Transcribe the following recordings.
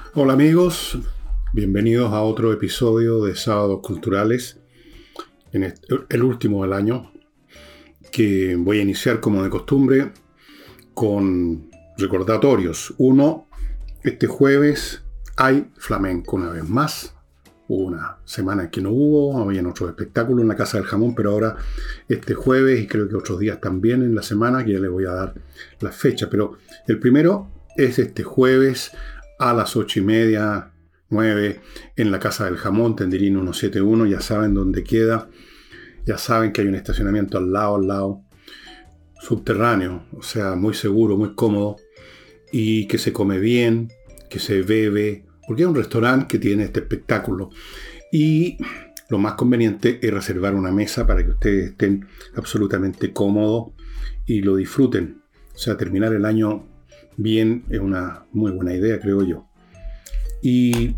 Hola amigos, bienvenidos a otro episodio de Sábados Culturales, el último del año, que voy a iniciar como de costumbre con recordatorios. Uno, este jueves hay flamenco una vez más. Hubo una semana en que no hubo, habían otros espectáculos en la Casa del Jamón, pero ahora este jueves y creo que otros días también en la semana, que ya les voy a dar la fecha. Pero el primero es este jueves a las 8:30, 9, en la Casa del Jamón, Tenderino 171, ya saben dónde queda, ya saben que hay un estacionamiento al lado, subterráneo, o sea, muy seguro, muy cómodo, y que se come bien, que se bebe, porque es un restaurante que tiene este espectáculo. Y lo más conveniente es reservar una mesa para que ustedes estén absolutamente cómodos y lo disfruten. O sea, terminar el año bien es una muy buena idea, creo yo. Y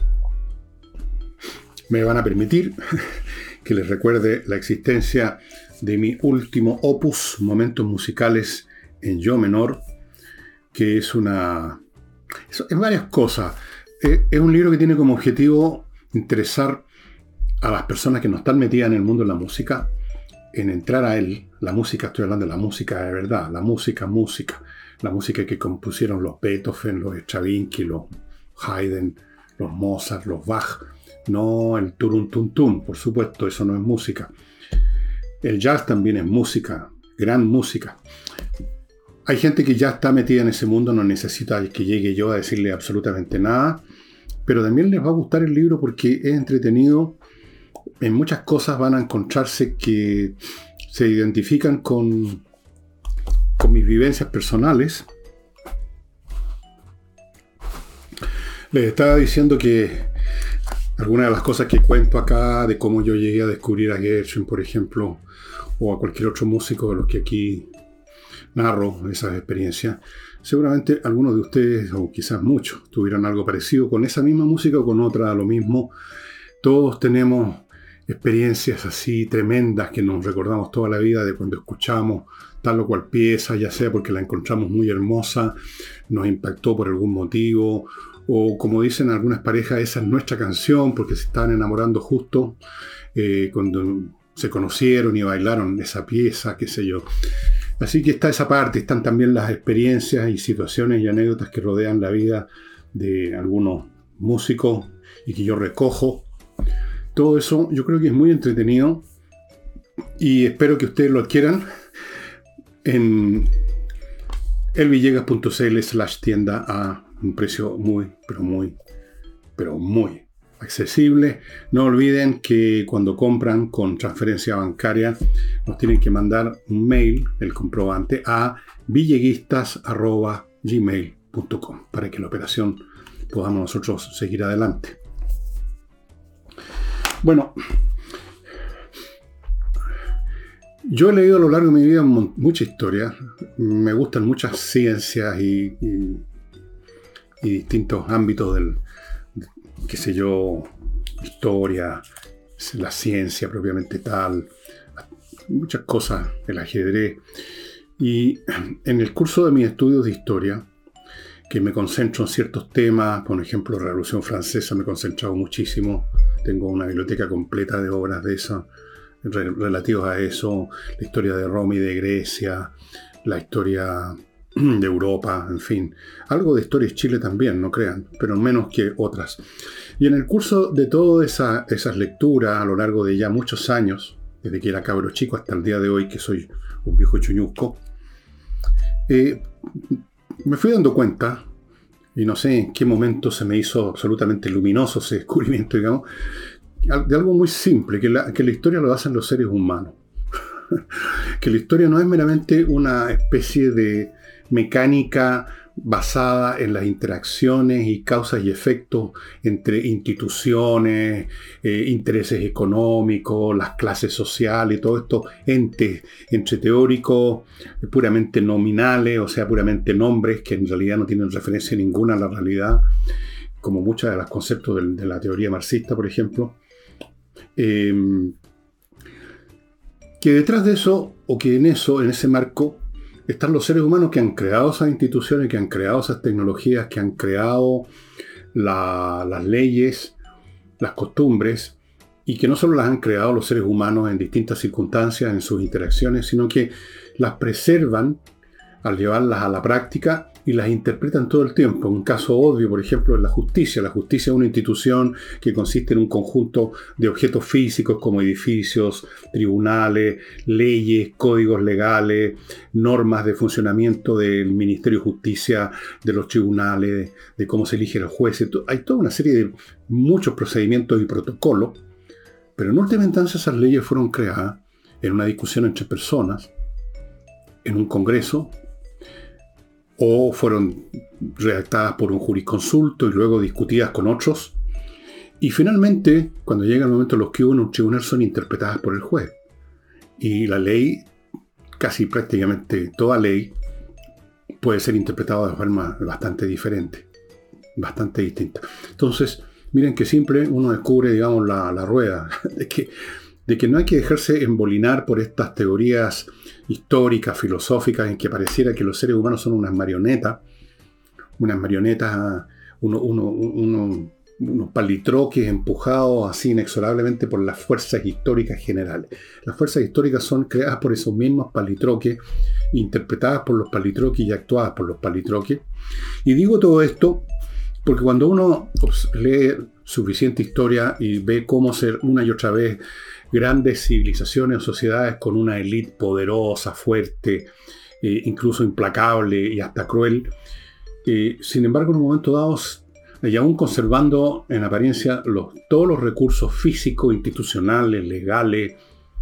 me van a permitir que les recuerde la existencia de mi último opus, Momentos Musicales en Do menor, que es varias cosas. Es un libro que tiene como objetivo interesar a las personas que no están metidas en el mundo de la música, en entrar a él. La música, estoy hablando de la música de verdad, la música. La música que compusieron los Beethoven, los Stravinsky, los Haydn, los Mozart, los Bach. No el turum tum tum, por supuesto, eso no es música. El jazz también es música, gran música. Hay gente que ya está metida en ese mundo, no necesita que llegue yo a decirle absolutamente nada, pero también les va a gustar el libro porque es entretenido. En muchas cosas van a encontrarse que se identifican con mis vivencias personales. Les estaba diciendo que algunas de las cosas que cuento acá, de cómo yo llegué a descubrir a Gershwin, por ejemplo, o a cualquier otro músico de los que aquí narro esas experiencias, seguramente algunos de ustedes, o quizás muchos, tuvieron algo parecido con esa misma música o con otra, lo mismo. Todos tenemos experiencias así tremendas que nos recordamos toda la vida de cuando escuchamos tal o cual pieza, ya sea porque la encontramos muy hermosa, nos impactó por algún motivo, o como dicen algunas parejas, esa es nuestra canción porque se estaban enamorando justo cuando se conocieron y bailaron esa pieza, qué sé yo. Así que está esa parte, están también las experiencias y situaciones y anécdotas que rodean la vida de algunos músicos y que yo recojo. Todo eso yo creo que es muy entretenido y espero que ustedes lo adquieran en elvillegas.cl/tienda a un precio muy accesible. No olviden que cuando compran con transferencia bancaria nos tienen que mandar un mail, el comprobante, a villeguistas@gmail.com para que la operación podamos nosotros seguir adelante. Bueno, yo he leído a lo largo de mi vida mucha historia. Me gustan muchas ciencias y distintos ámbitos qué sé yo, historia, la ciencia propiamente tal, muchas cosas, el ajedrez. Y en el curso de mis estudios de historia, que me concentro en ciertos temas, por ejemplo, la Revolución Francesa me he concentrado muchísimo, tengo una biblioteca completa de obras de esas, relativos a eso, la historia de Roma y de Grecia, la historia de Europa, en fin. Algo de historia de Chile también, no crean, pero menos que otras. Y en el curso de todas esas lecturas, a lo largo de ya muchos años, desde que era cabro chico hasta el día de hoy, que soy un viejo chuñusco, me fui dando cuenta, y no sé en qué momento se me hizo absolutamente luminoso ese descubrimiento, digamos, de algo muy simple, que la historia lo hacen los seres humanos. Que la historia no es meramente una especie de mecánica basada en las interacciones y causas y efectos entre instituciones, intereses económicos, las clases sociales y todo esto, entes entre teóricos puramente nominales, o sea, puramente nombres que en realidad no tienen referencia ninguna a la realidad, como muchos de los conceptos de la teoría marxista, por ejemplo. Que detrás de eso, o que en ese marco, están los seres humanos que han creado esas instituciones, que han creado esas tecnologías, que han creado las leyes, las costumbres, y que no solo las han creado los seres humanos en distintas circunstancias, en sus interacciones, sino que las preservan al llevarlas a la práctica y las interpretan todo el tiempo. Un caso obvio, por ejemplo, es la justicia. La justicia es una institución que consiste en un conjunto de objetos físicos como edificios, tribunales, leyes, códigos legales, normas de funcionamiento del Ministerio de Justicia, de los tribunales, de cómo se elige el juez. Hay toda una serie de muchos procedimientos y protocolos, pero en última instancia esas leyes fueron creadas en una discusión entre personas, en un congreso, o fueron redactadas por un jurisconsulto y luego discutidas con otros. Y finalmente, cuando llega el momento en los que hubo en un tribunal, son interpretadas por el juez. Y la ley, casi prácticamente toda ley, puede ser interpretada de forma bastante diferente, bastante distinta. Entonces, miren que siempre uno descubre, digamos, la rueda de que no hay que dejarse embolinar por estas teorías históricas, filosóficas, en que pareciera que los seres humanos son unas marionetas, unos palitroques empujados así inexorablemente por las fuerzas históricas generales. Las fuerzas históricas son creadas por esos mismos palitroques, interpretadas por los palitroques y actuadas por los palitroques. Y digo todo esto porque cuando uno lee suficiente historia y ve cómo ser una y otra vez grandes civilizaciones o sociedades con una élite poderosa, fuerte, incluso implacable y hasta cruel, sin embargo, en un momento dado, y aún conservando en apariencia todos los recursos físicos, institucionales, legales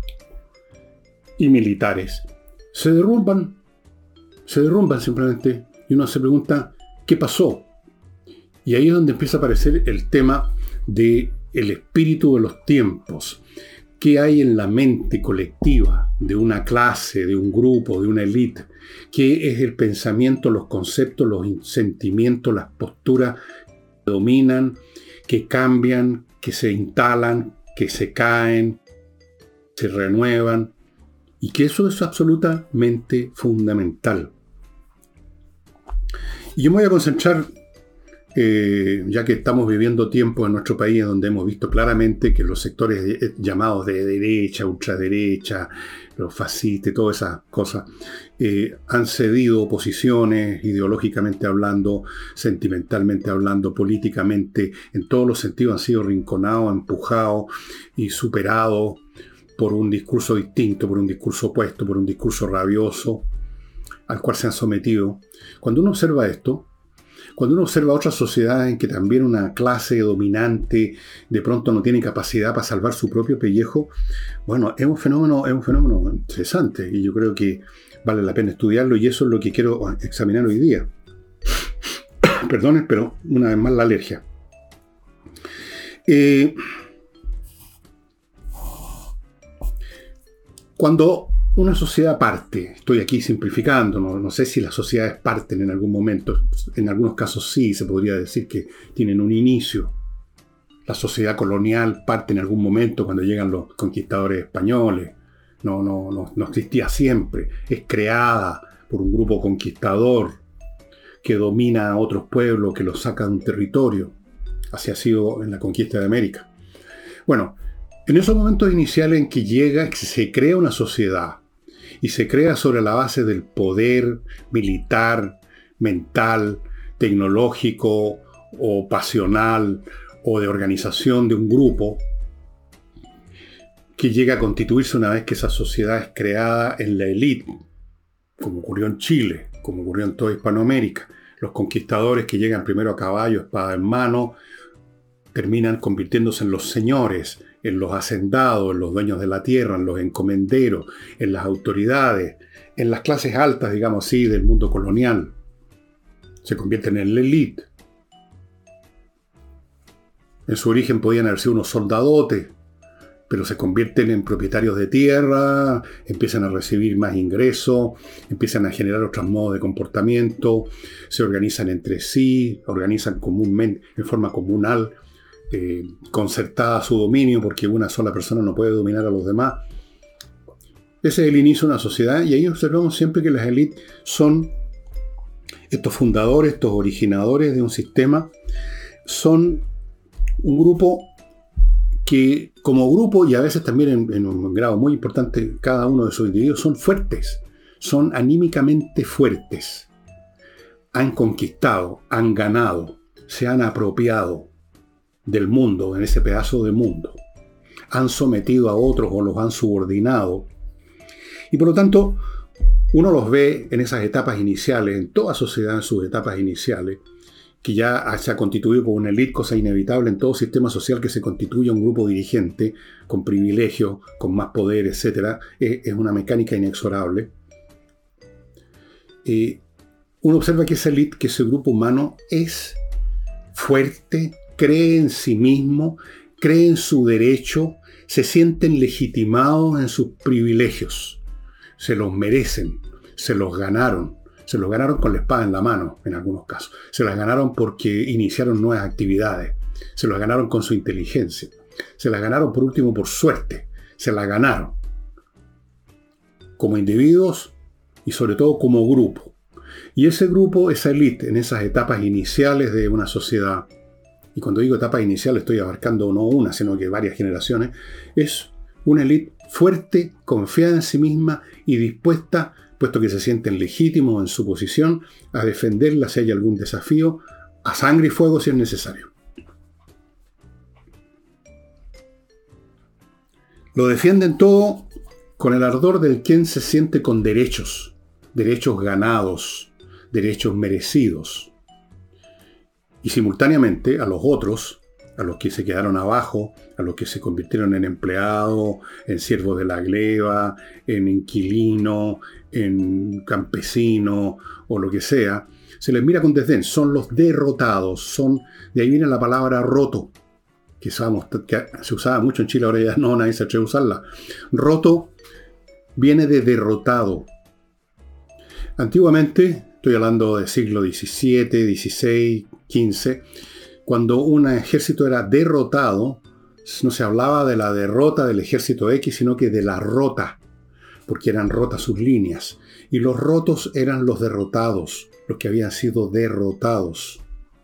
y militares, se derrumban simplemente, y uno se pregunta, ¿qué pasó? Y ahí es donde empieza a aparecer el tema del espíritu de los tiempos. ¿Qué hay en la mente colectiva de una clase, de un grupo, de una élite? ¿Qué es el pensamiento, los conceptos, los sentimientos, las posturas que dominan, que cambian, que se instalan, que se caen, se renuevan? Y que eso es absolutamente fundamental. Y yo me voy a concentrar, ya que estamos viviendo tiempos en nuestro país donde hemos visto claramente que los sectores llamados de derecha, ultraderecha, los fascistas, todas esas cosas, han cedido posiciones ideológicamente hablando, sentimentalmente hablando, políticamente, en todos los sentidos han sido rinconados, empujados y superados por un discurso distinto, por un discurso opuesto, por un discurso rabioso al cual se han sometido. Cuando uno observa esto, cuando uno observa otras sociedades en que también una clase dominante de pronto no tiene capacidad para salvar su propio pellejo, bueno, es un fenómeno interesante y yo creo que vale la pena estudiarlo y eso es lo que quiero examinar hoy día. Perdonen, pero una vez más la alergia. Cuando una sociedad parte, estoy aquí simplificando, no sé si las sociedades parten en algún momento, en algunos casos sí, se podría decir que tienen un inicio. La sociedad colonial parte en algún momento cuando llegan los conquistadores españoles, no existía siempre, es creada por un grupo conquistador que domina a otros pueblos, que los saca de un territorio. Así ha sido en la conquista de América. Bueno, en esos momentos iniciales en que se crea una sociedad, y se crea sobre la base del poder militar, mental, tecnológico o pasional o de organización de un grupo que llega a constituirse una vez que esa sociedad es creada en la élite, como ocurrió en Chile, como ocurrió en toda Hispanoamérica. Los conquistadores que llegan primero a caballo, espada en mano, terminan convirtiéndose en los señores, en los hacendados, en los dueños de la tierra, en los encomenderos, en las autoridades, en las clases altas, digamos así, del mundo colonial. Se convierten en la élite. En su origen podían haber sido unos soldadotes, pero se convierten en propietarios de tierra, empiezan a recibir más ingresos, empiezan a generar otros modos de comportamiento, se organizan entre sí, organizan comúnmente, en forma comunal, concertada su dominio, porque una sola persona no puede dominar a los demás. Ese es el inicio de una sociedad, y ahí observamos siempre que las élites son estos fundadores, estos originadores de un sistema son un grupo que como grupo, y a veces también en un grado muy importante cada uno de sus individuos, son fuertes, son anímicamente fuertes. Han conquistado, han ganado, se han apropiado del mundo, en ese pedazo de mundo. Han sometido a otros o los han subordinado. Y por lo tanto, uno los ve en esas etapas iniciales, en toda sociedad en sus etapas iniciales, que ya se ha constituido como una élite, cosa inevitable en todo sistema social que se constituya un grupo dirigente con privilegios, con más poder, etc. Es una mecánica inexorable. Uno observa que esa élite, que ese grupo humano es fuerte, cree en sí mismo, cree en su derecho, se sienten legitimados en sus privilegios. Se los merecen, se los ganaron. Se los ganaron con la espada en la mano, en algunos casos. Se las ganaron porque iniciaron nuevas actividades. Se las ganaron con su inteligencia. Se las ganaron, por último, por suerte. Se las ganaron. Como individuos y sobre todo como grupo. Y ese grupo, esa élite, en esas etapas iniciales de una sociedad, y cuando digo etapas iniciales estoy abarcando no una, sino que varias generaciones, es una élite fuerte, confiada en sí misma y dispuesta, puesto que se sienten legítimos en su posición, a defenderla si hay algún desafío, a sangre y fuego si es necesario. Lo defienden todo con el ardor del quien se siente con derechos, derechos ganados, derechos merecidos. Y simultáneamente a los otros, a los que se quedaron abajo, a los que se convirtieron en empleados, en siervos de la gleba, en inquilino, en campesino o lo que sea, se les mira con desdén. Son los derrotados, de ahí viene la palabra roto, que se usaba mucho en Chile, ahora ya no, nadie se atreve a usarla. Roto viene de derrotado. Antiguamente, estoy hablando del siglo XVII, XVI, XV, cuando un ejército era derrotado, no se hablaba de la derrota del ejército X, sino que de la rota, porque eran rotas sus líneas. Y los rotos eran los derrotados, los que habían sido derrotados.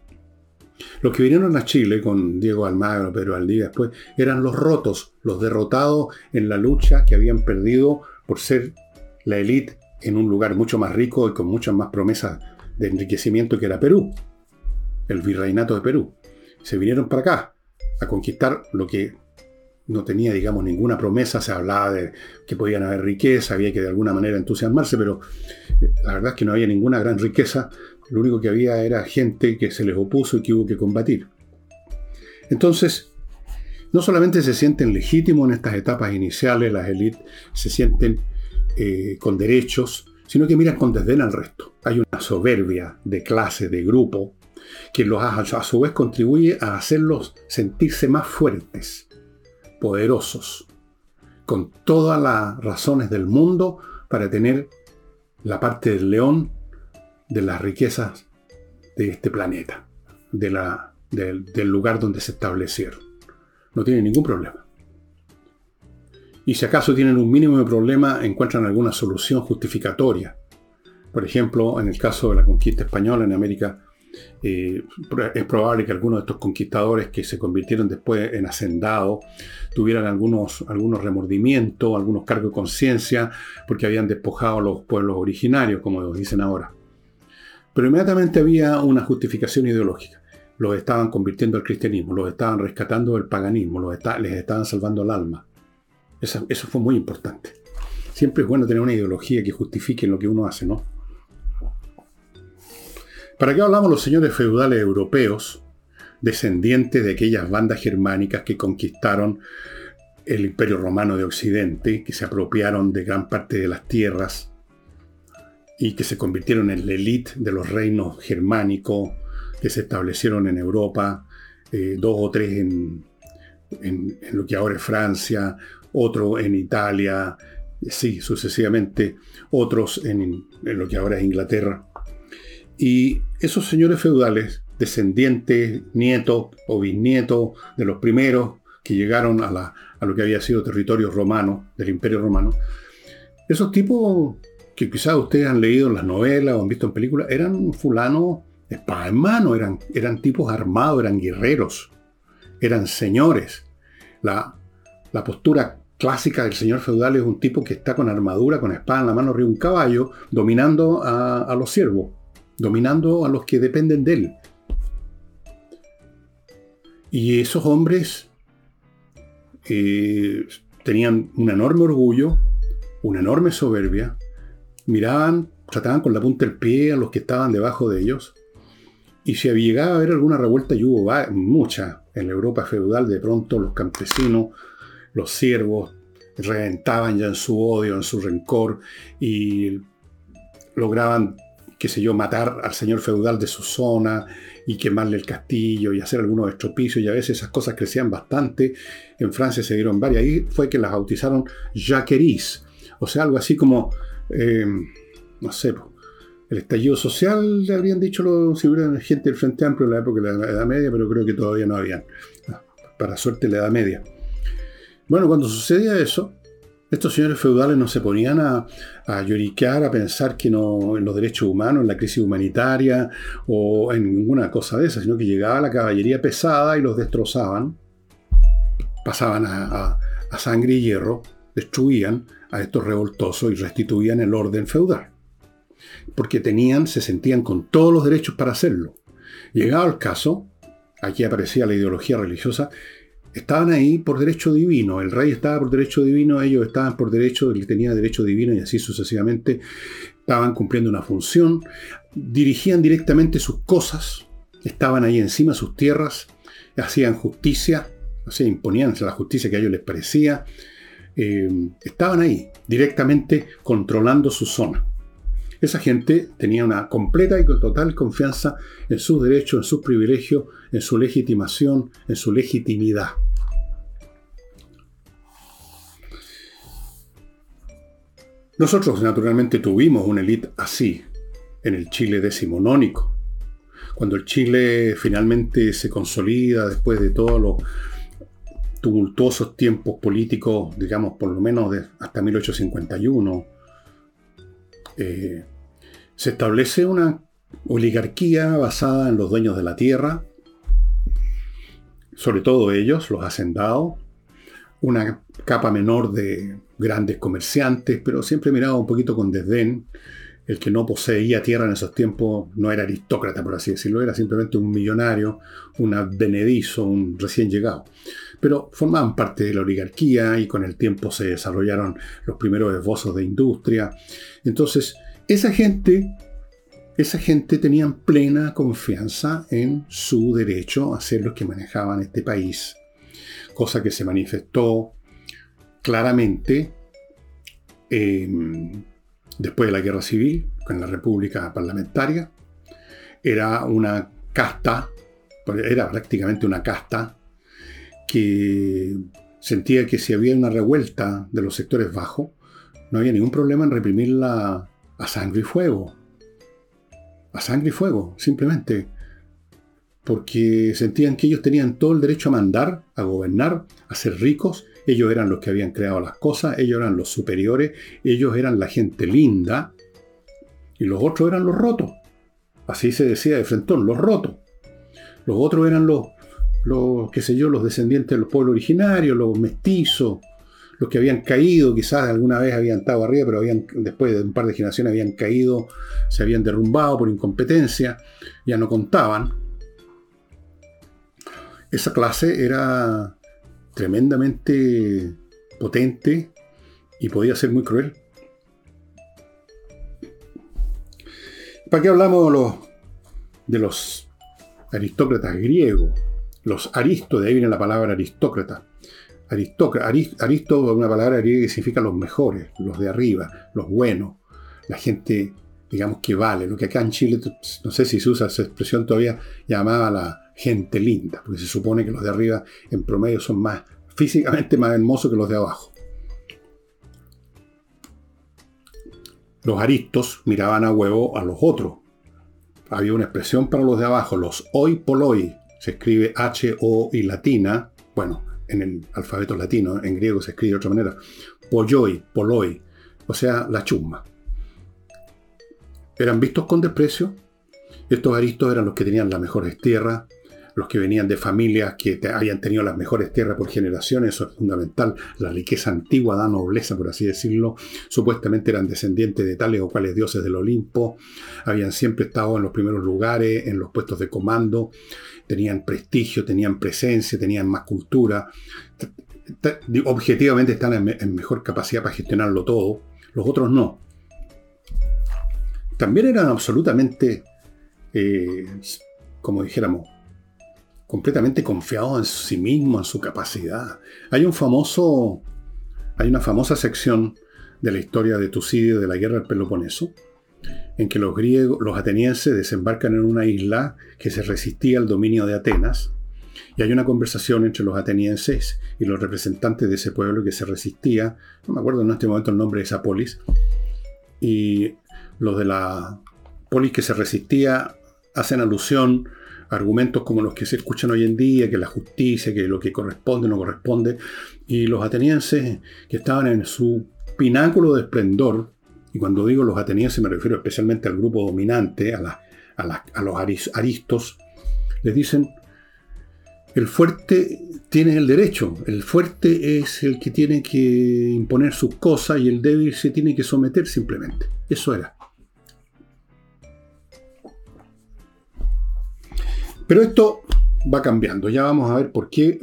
Los que vinieron a Chile con Diego Almagro, Pedro Valdivia después, eran los rotos, los derrotados en la lucha que habían perdido por ser la élite en un lugar mucho más rico y con muchas más promesas de enriquecimiento que era Perú, el virreinato de Perú. Se vinieron para acá a conquistar lo que no tenía, digamos, ninguna promesa. Se hablaba de que podían haber riqueza, había que de alguna manera entusiasmarse, pero la verdad es que no había ninguna gran riqueza. Lo único que había era gente que se les opuso y que hubo que combatir. Entonces, no solamente se sienten legítimos en estas etapas iniciales, las élites se sienten con derechos, sino que miran con desdén al resto. Hay una soberbia de clase, de grupo, que a su vez contribuye a hacerlos sentirse más fuertes, poderosos, con todas las razones del mundo para tener la parte del león de las riquezas de este planeta, del lugar donde se establecieron. No tienen ningún problema. Y si acaso tienen un mínimo de problema, encuentran alguna solución justificatoria. Por ejemplo, en el caso de la conquista española en América, es probable que algunos de estos conquistadores que se convirtieron después en hacendados tuvieran algunos remordimientos, algunos cargos de conciencia, porque habían despojado a los pueblos originarios, como los dicen ahora. Pero inmediatamente había una justificación ideológica. Los estaban convirtiendo al cristianismo, los estaban rescatando del paganismo, les estaban salvando el alma. Eso fue muy importante. Siempre es bueno tener una ideología que justifique lo que uno hace, ¿no? ¿Para qué hablamos los señores feudales europeos, descendientes de aquellas bandas germánicas que conquistaron el Imperio Romano de Occidente, que se apropiaron de gran parte de las tierras y que se convirtieron en la élite de los reinos germánicos que se establecieron en Europa, 2 o 3 en lo que ahora es Francia, otro en Italia, sí, sucesivamente, otros en lo que ahora es Inglaterra. Y esos señores feudales, descendientes, nietos o bisnietos de los primeros que llegaron a lo que había sido territorio romano, del Imperio Romano, esos tipos que quizás ustedes han leído en las novelas o han visto en películas, eran fulanos espada en mano, eran tipos armados, eran guerreros, eran señores. La postura clásica del señor feudal es un tipo que está con armadura, con espada en la mano, arriba de un caballo, dominando a los siervos, dominando a los que dependen de él. Y esos hombres tenían un enorme orgullo, una enorme soberbia, trataban con la punta del pie a los que estaban debajo de ellos, y si llegaba a haber alguna revuelta, y hubo mucha en la Europa feudal, de pronto los campesinos, los siervos, reventaban ya en su odio, en su rencor, y lograban, matar al señor feudal de su zona, y quemarle el castillo, y hacer algunos estropicios, y a veces esas cosas crecían bastante. En Francia se dieron varias, ahí fue que las bautizaron jacqueries, o sea, algo así como, no sé, el estallido social, le habrían dicho si hubiera gente del Frente Amplio en la época de la Edad Media, pero creo que todavía no habían. Para suerte, la Edad Media. Bueno, cuando sucedía eso, estos señores feudales no se ponían a lloriquear, a pensar que no en los derechos humanos, en la crisis humanitaria o en ninguna cosa de esa, sino que llegaba la caballería pesada y los destrozaban, pasaban a sangre y hierro, destruían a estos revoltosos y restituían el orden feudal. Porque se sentían con todos los derechos para hacerlo. Llegado el caso, aquí aparecía la ideología religiosa, estaban ahí por derecho divino. El rey estaba por derecho divino, ellos estaban por derecho, él tenía derecho divino, y así sucesivamente. Estaban cumpliendo una función, dirigían directamente sus cosas, estaban ahí encima de sus tierras, hacían justicia, imponían la justicia que a ellos les parecía. Estaban ahí, directamente controlando su zona. Esa gente tenía una completa y total confianza en sus derechos, en sus privilegios, en su legitimación, en su legitimidad. Nosotros, naturalmente, tuvimos una élite así en el Chile decimonónico. Cuando el Chile finalmente se consolida después de todos los tumultuosos tiempos políticos, digamos, por lo menos hasta 1851, se establece una oligarquía basada en los dueños de la tierra, sobre todo ellos, los hacendados, una capa menor de grandes comerciantes, pero siempre miraba un poquito con desdén. El que no poseía tierra en esos tiempos no era aristócrata, por así decirlo, era simplemente un millonario, un advenedizo, un recién llegado. Pero formaban parte de la oligarquía y con el tiempo se desarrollaron los primeros esbozos de industria. Entonces, esa gente tenía plena confianza en su derecho a ser los que manejaban este país, cosa que se manifestó claramente después de la Guerra Civil, con la República Parlamentaria. Era una casta, era prácticamente una casta, que sentía que si había una revuelta de los sectores bajos, no había ningún problema en reprimirla a sangre y fuego. A sangre y fuego, simplemente. Porque sentían que ellos tenían todo el derecho a mandar, a gobernar, a ser ricos. Ellos eran los que habían creado las cosas, ellos eran los superiores, ellos eran la gente linda, y los otros eran los rotos. Así se decía de frentón, los rotos. Los otros eran los descendientes de los pueblos originarios, los mestizos, los que habían caído, quizás alguna vez habían estado arriba, pero después de un par de generaciones habían caído, se habían derrumbado por incompetencia, ya no contaban. Esa clase era tremendamente potente y podía ser muy cruel. ¿Para qué hablamos de los aristócratas griegos? Los aristos, de ahí viene la palabra aristócrata. Aristo es una palabra griega que significa los mejores, los de arriba, los buenos, la gente, digamos, que vale. Lo que acá en Chile, no sé si se usa esa expresión todavía, llamaba la gente linda, porque se supone que los de arriba en promedio son físicamente más hermosos que los de abajo. Los aristos miraban a huevo a los otros. Había una expresión para los de abajo, los hoi polloi. Se escribe H-O y latina, bueno, en el alfabeto latino, en griego se escribe de otra manera, polloi, o sea, la chusma. Eran vistos con desprecio Estos aristos eran los que tenían las mejores tierras, los que venían de familias que habían tenido las mejores tierras por generaciones. Eso es fundamental. La riqueza antigua da nobleza, por así decirlo. Supuestamente eran descendientes de tales o cuales dioses del Olimpo. Habían siempre estado en los primeros lugares, en los puestos de comando. Tenían prestigio, tenían presencia, tenían más cultura. Objetivamente están en mejor capacidad para gestionarlo todo. Los otros no. También eran absolutamente, como dijéramos, completamente confiados en sí mismos, en su capacidad. Hay una famosa sección de la historia de Tucídides de la guerra del Peloponeso, en que los atenienses desembarcan en una isla que se resistía al dominio de Atenas, y hay una conversación entre los atenienses y los representantes de ese pueblo que se resistía. No me acuerdo en este momento el nombre de esa polis, y los de la polis que se resistía hacen alusión a argumentos como los que se escuchan hoy en día, que la justicia, que lo que corresponde no corresponde, y los atenienses, que estaban en su pináculo de esplendor, y cuando digo los atenienses me refiero especialmente al grupo dominante, a los aristos, les dicen: el fuerte tiene el derecho, el fuerte es el que tiene que imponer sus cosas y el débil se tiene que someter simplemente. Eso era. Pero esto va cambiando, ya vamos a ver por qué.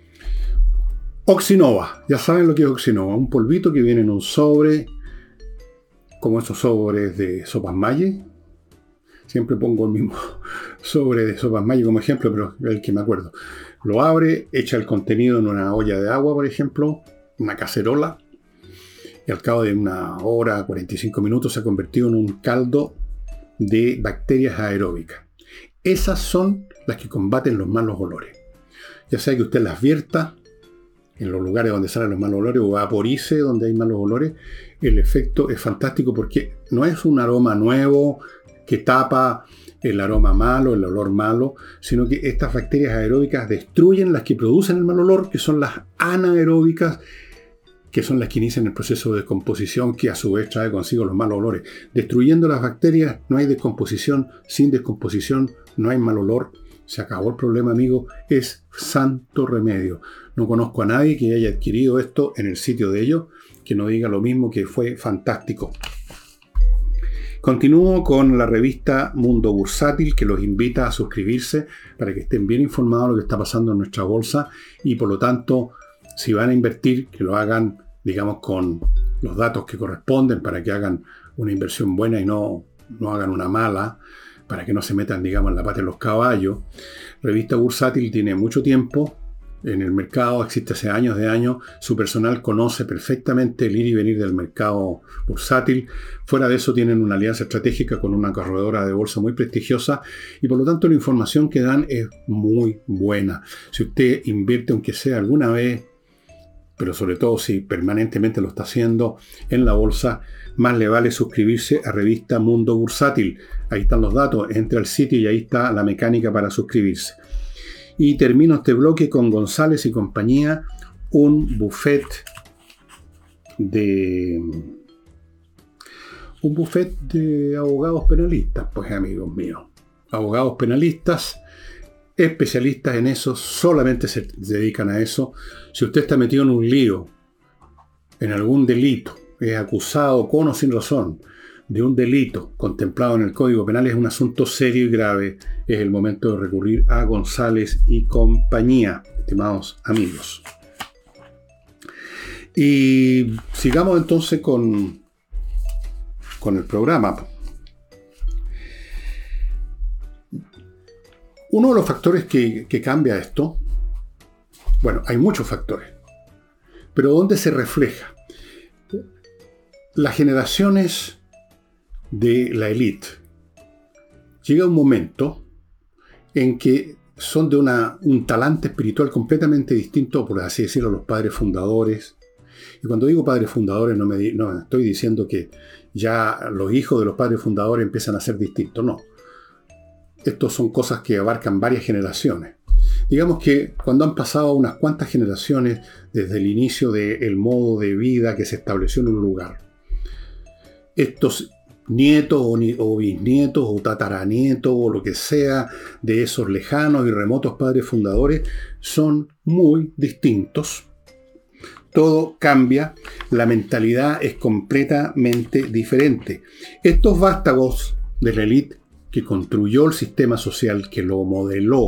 Oxinova, ya saben lo que es Oxinova, un polvito que viene en un sobre, como esos sobres de sopas Malle. Siempre pongo el mismo sobre de sopas Malle como ejemplo, pero es el que me acuerdo. Lo abre, echa el contenido en una olla de agua, por ejemplo, una cacerola, y al cabo de una hora, 45 minutos, se ha convertido en un caldo de bacterias aeróbicas. Esas son las que combaten los malos olores. Ya sea que usted las vierta en los lugares donde salen los malos olores o vaporice donde hay malos olores, el efecto es fantástico porque no es un aroma nuevo que tapa el aroma malo, el olor malo, sino que estas bacterias aeróbicas destruyen las que producen el mal olor, que son las anaeróbicas, que son las que inician el proceso de descomposición, que a su vez trae consigo los malos olores. Destruyendo las bacterias no hay descomposición, sin descomposición no hay mal olor. Se acabó el problema, amigo. Es santo remedio. No conozco a nadie que haya adquirido esto en el sitio de ellos, que no diga lo mismo, que fue fantástico. Continúo con la revista Mundo Bursátil, que los invita a suscribirse para que estén bien informados de lo que está pasando en nuestra bolsa y, por lo tanto, si van a invertir, que lo hagan, digamos, con los datos que corresponden para que hagan una inversión buena y no hagan una mala, para que no se metan, digamos, en la pata de los caballos. Revista Bursátil tiene mucho tiempo en el mercado, existe hace años de años. Su personal conoce perfectamente el ir y venir del mercado bursátil. Fuera de eso tienen una alianza estratégica con una corredora de bolsa muy prestigiosa y por lo tanto la información que dan es muy buena. Si usted invierte, aunque sea alguna vez, pero sobre todo si permanentemente lo está haciendo en la bolsa, más le vale suscribirse a revista Mundo Bursátil. Ahí están los datos, entra al sitio y ahí está la mecánica para suscribirse. Y termino este bloque con González y compañía, un buffet de abogados penalistas, pues amigos míos. Abogados penalistas, especialistas en eso, solamente se dedican a eso. Si usted está metido en un lío, en algún delito, es acusado con o sin razón de un delito contemplado en el Código Penal, es un asunto serio y grave, es el momento de recurrir a González y compañía, estimados amigos. Y sigamos entonces con el programa. Uno de los factores que cambia esto, bueno, hay muchos factores, pero ¿dónde se refleja? Las generaciones de la élite. Llega un momento en que son de un talante espiritual completamente distinto, por así decirlo, a los padres fundadores. Y cuando digo padres fundadores no estoy diciendo que ya los hijos de los padres fundadores empiezan a ser distintos, no. Estos son cosas que abarcan varias generaciones. Digamos que cuando han pasado unas cuantas generaciones desde el inicio del modo de vida que se estableció en un lugar, estos nietos o bisnietos o tataranietos o lo que sea de esos lejanos y remotos padres fundadores son muy distintos. Todo cambia, la mentalidad es completamente diferente. Estos vástagos de la élite que construyó el sistema social, que lo modeló,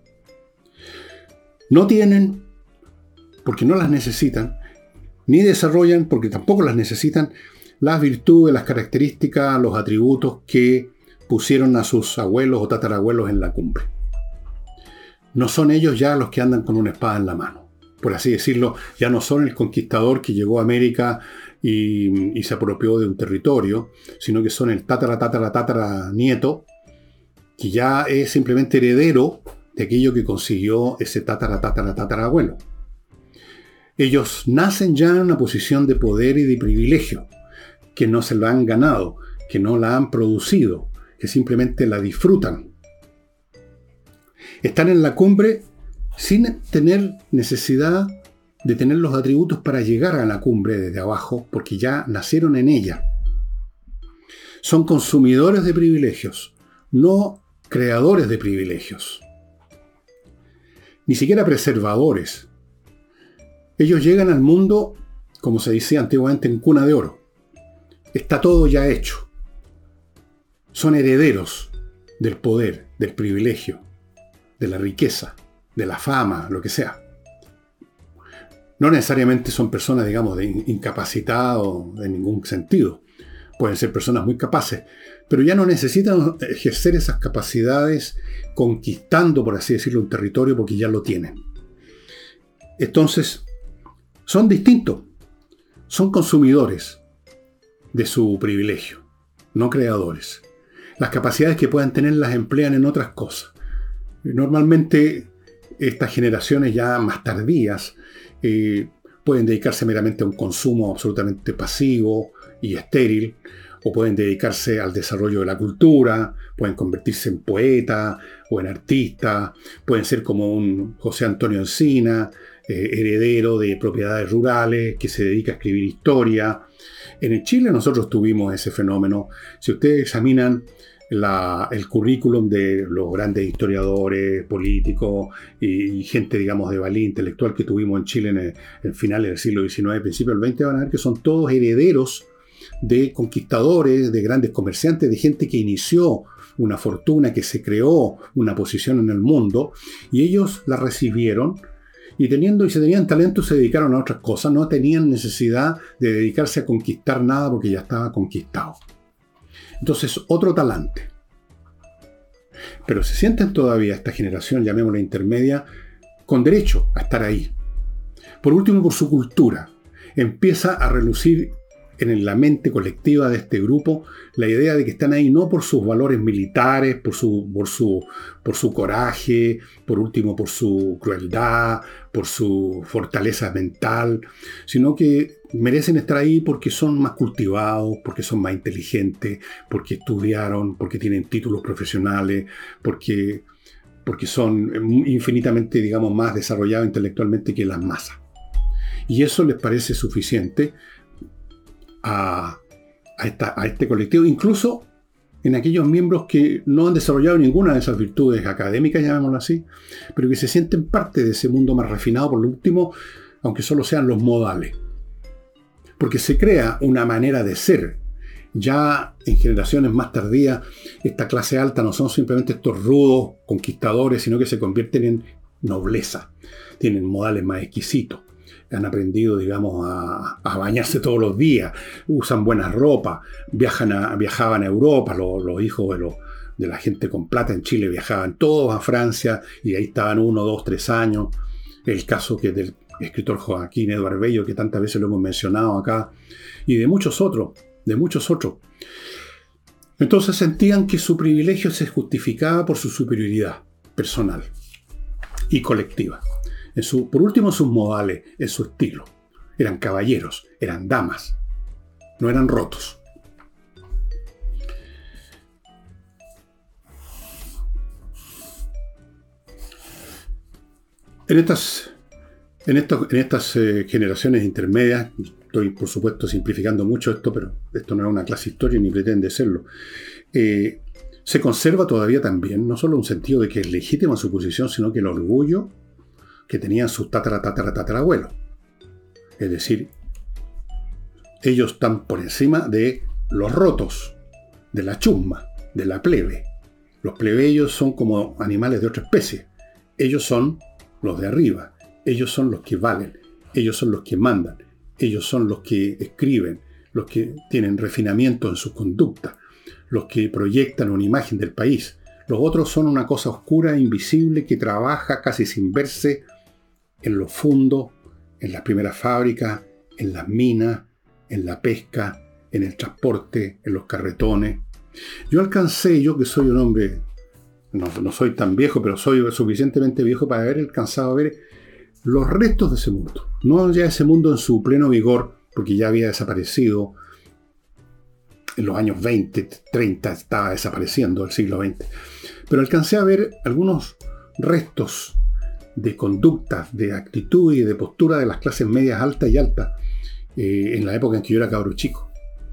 no tienen, porque no las necesitan, ni desarrollan, porque tampoco las necesitan, las virtudes, las características, los atributos que pusieron a sus abuelos o tatarabuelos en la cumbre. No son ellos ya los que andan con una espada en la mano. Por así decirlo, ya no son el conquistador que llegó a América y se apropió de un territorio, sino que son el tatara nieto, que ya es simplemente heredero de aquello que consiguió ese tatarabuelo. Ellos nacen ya en una posición de poder y de privilegio, que no se lo han ganado, que no la han producido, que simplemente la disfrutan. Están en la cumbre sin tener necesidad de tener los atributos para llegar a la cumbre desde abajo, porque ya nacieron en ella. Son consumidores de privilegios, no creadores de privilegios. Ni siquiera preservadores. Ellos llegan al mundo, como se decía antiguamente, en cuna de oro. Está todo ya hecho. Son herederos del poder, del privilegio, de la riqueza, de la fama, lo que sea. No necesariamente son personas, digamos, incapacitadas en ningún sentido. Pueden ser personas muy capaces, pero ya no necesitan ejercer esas capacidades conquistando, por así decirlo, un territorio porque ya lo tienen. Entonces, son distintos. Son consumidores de su privilegio, no creadores. Las capacidades que puedan tener las emplean en otras cosas. Normalmente estas generaciones ya más tardías pueden dedicarse meramente a un consumo absolutamente pasivo y estéril, o pueden dedicarse al desarrollo de la cultura, pueden convertirse en poeta o en artista, pueden ser como un José Antonio Encina, heredero de propiedades rurales que se dedica a escribir historia. En Chile nosotros tuvimos ese fenómeno. Si ustedes examinan el currículum de los grandes historiadores, políticos y gente, digamos, de valía intelectual que tuvimos en Chile en finales del siglo XIX, principios del XX, van a ver que son todos herederos de conquistadores, de grandes comerciantes, de gente que inició una fortuna, que se creó una posición en el mundo, y ellos la recibieron, y si tenían talento se dedicaron a otras cosas, no tenían necesidad de dedicarse a conquistar nada porque ya estaba conquistado. Entonces, otro talante. Pero se sienten todavía esta generación, llamémosla intermedia, con derecho a estar ahí. Por último, por su cultura. Empieza a relucir en la mente colectiva de este grupo la idea de que están ahí no por sus valores militares, por su coraje, por último por su crueldad, por su fortaleza mental, sino que merecen estar ahí porque son más cultivados, porque son más inteligentes, porque estudiaron, porque tienen títulos profesionales, porque son infinitamente, digamos, más desarrollados intelectualmente que las masas. Y eso les parece suficiente a este colectivo, incluso en aquellos miembros que no han desarrollado ninguna de esas virtudes académicas, llamémoslo así, pero que se sienten parte de ese mundo más refinado, por lo último, aunque solo sean los modales. Porque se crea una manera de ser. Ya en generaciones más tardías, esta clase alta no son simplemente estos rudos conquistadores, sino que se convierten en nobleza. Tienen modales más exquisitos. Han aprendido, digamos, a bañarse todos los días, usan buenas ropas, viajaban a Europa, los hijos de la gente con plata en Chile viajaban todos a Francia y ahí estaban 1, 2, 3 años. El caso que del escritor Joaquín Edward Bello, que tantas veces lo hemos mencionado acá, y de muchos otros. Entonces sentían que su privilegio se justificaba por su superioridad personal y colectiva. Por último, en sus modales, en su estilo. Eran caballeros, eran damas, no eran rotos. En estas En estas generaciones intermedias, estoy por supuesto simplificando mucho esto, pero esto no es una clase de historia ni pretende serlo, se conserva todavía también no solo un sentido de que es legítima su posición, sino que el orgullo que tenían sus tatarabuelos. Es decir, ellos están por encima de los rotos, de la chusma, de la plebe. Los plebeyos son como animales de otra especie. Ellos son los de arriba. Ellos son los que valen. Ellos son los que mandan. Ellos son los que escriben, los que tienen refinamiento en su conducta, los que proyectan una imagen del país. Los otros son una cosa oscura, invisible, que trabaja casi sin verse en los fundos, en las primeras fábricas, en las minas, en la pesca, en el transporte, en los carretones. Yo que soy un hombre, no soy tan viejo, pero soy suficientemente viejo para haber alcanzado a ver los restos de ese mundo. No ya ese mundo en su pleno vigor, porque ya había desaparecido en los años 20, 30, estaba desapareciendo el siglo XX. Pero alcancé a ver algunos restos de conductas, de actitud y de postura de las clases medias altas y altas en la época en que yo era cabro chico.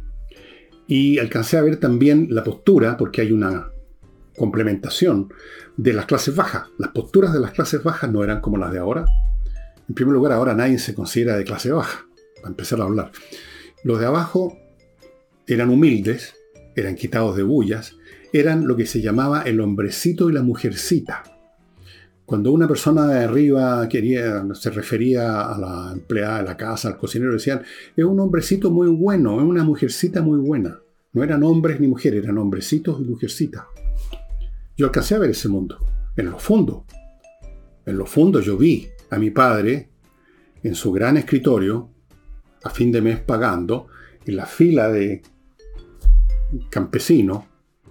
Y alcancé a ver también la postura, porque hay una complementación de las clases bajas. Las posturas de las clases bajas no eran como las de ahora. En primer lugar, ahora nadie se considera de clase baja, para empezar a hablar. Los de abajo eran humildes, eran quitados de bullas, eran lo que se llamaba el hombrecito y la mujercita. Cuando una persona de arriba se refería a la empleada de la casa, al cocinero, decían, es un hombrecito muy bueno, es una mujercita muy buena. No eran hombres ni mujeres, eran hombrecitos y mujercitas. Yo alcancé a ver ese mundo, en los fondos. En los fondos yo vi a mi padre en su gran escritorio, a fin de mes pagando, en la fila de campesinos,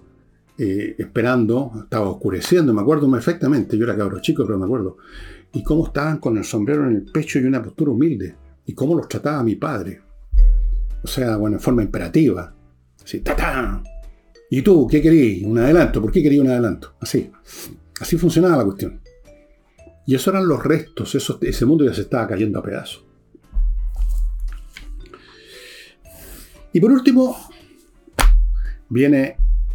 esperando, estaba oscureciendo, me acuerdo perfectamente, yo era cabro chico, pero me acuerdo, y cómo estaban con el sombrero en el pecho y una postura humilde, y cómo los trataba mi padre. O sea, bueno, en forma imperativa. Así, ¡tatán! ¿Y tú qué querías? ¿Un adelanto? ¿Por qué querías un adelanto? Así funcionaba la cuestión. Y esos eran los restos, ese mundo ya se estaba cayendo a pedazos. Y por último, viene,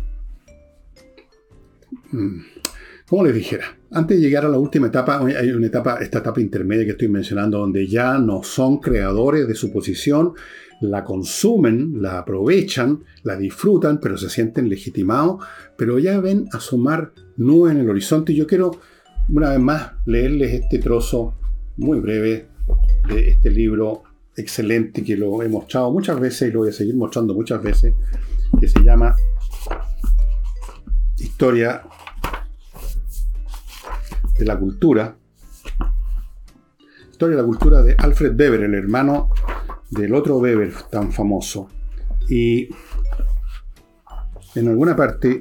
¿cómo les dijera? Antes de llegar a la última etapa, hay esta etapa intermedia que estoy mencionando, donde ya no son creadores de su posición, la consumen, la aprovechan, la disfrutan, pero se sienten legitimados, pero ya ven asomar nubes en el horizonte. Y yo quiero, una vez más, leerles este trozo muy breve de este libro excelente que lo he mostrado muchas veces y lo voy a seguir mostrando muchas veces, que se llama Historia de la Cultura. Historia de la Cultura de Alfred Weber, el hermano del otro Weber tan famoso. Y en alguna parte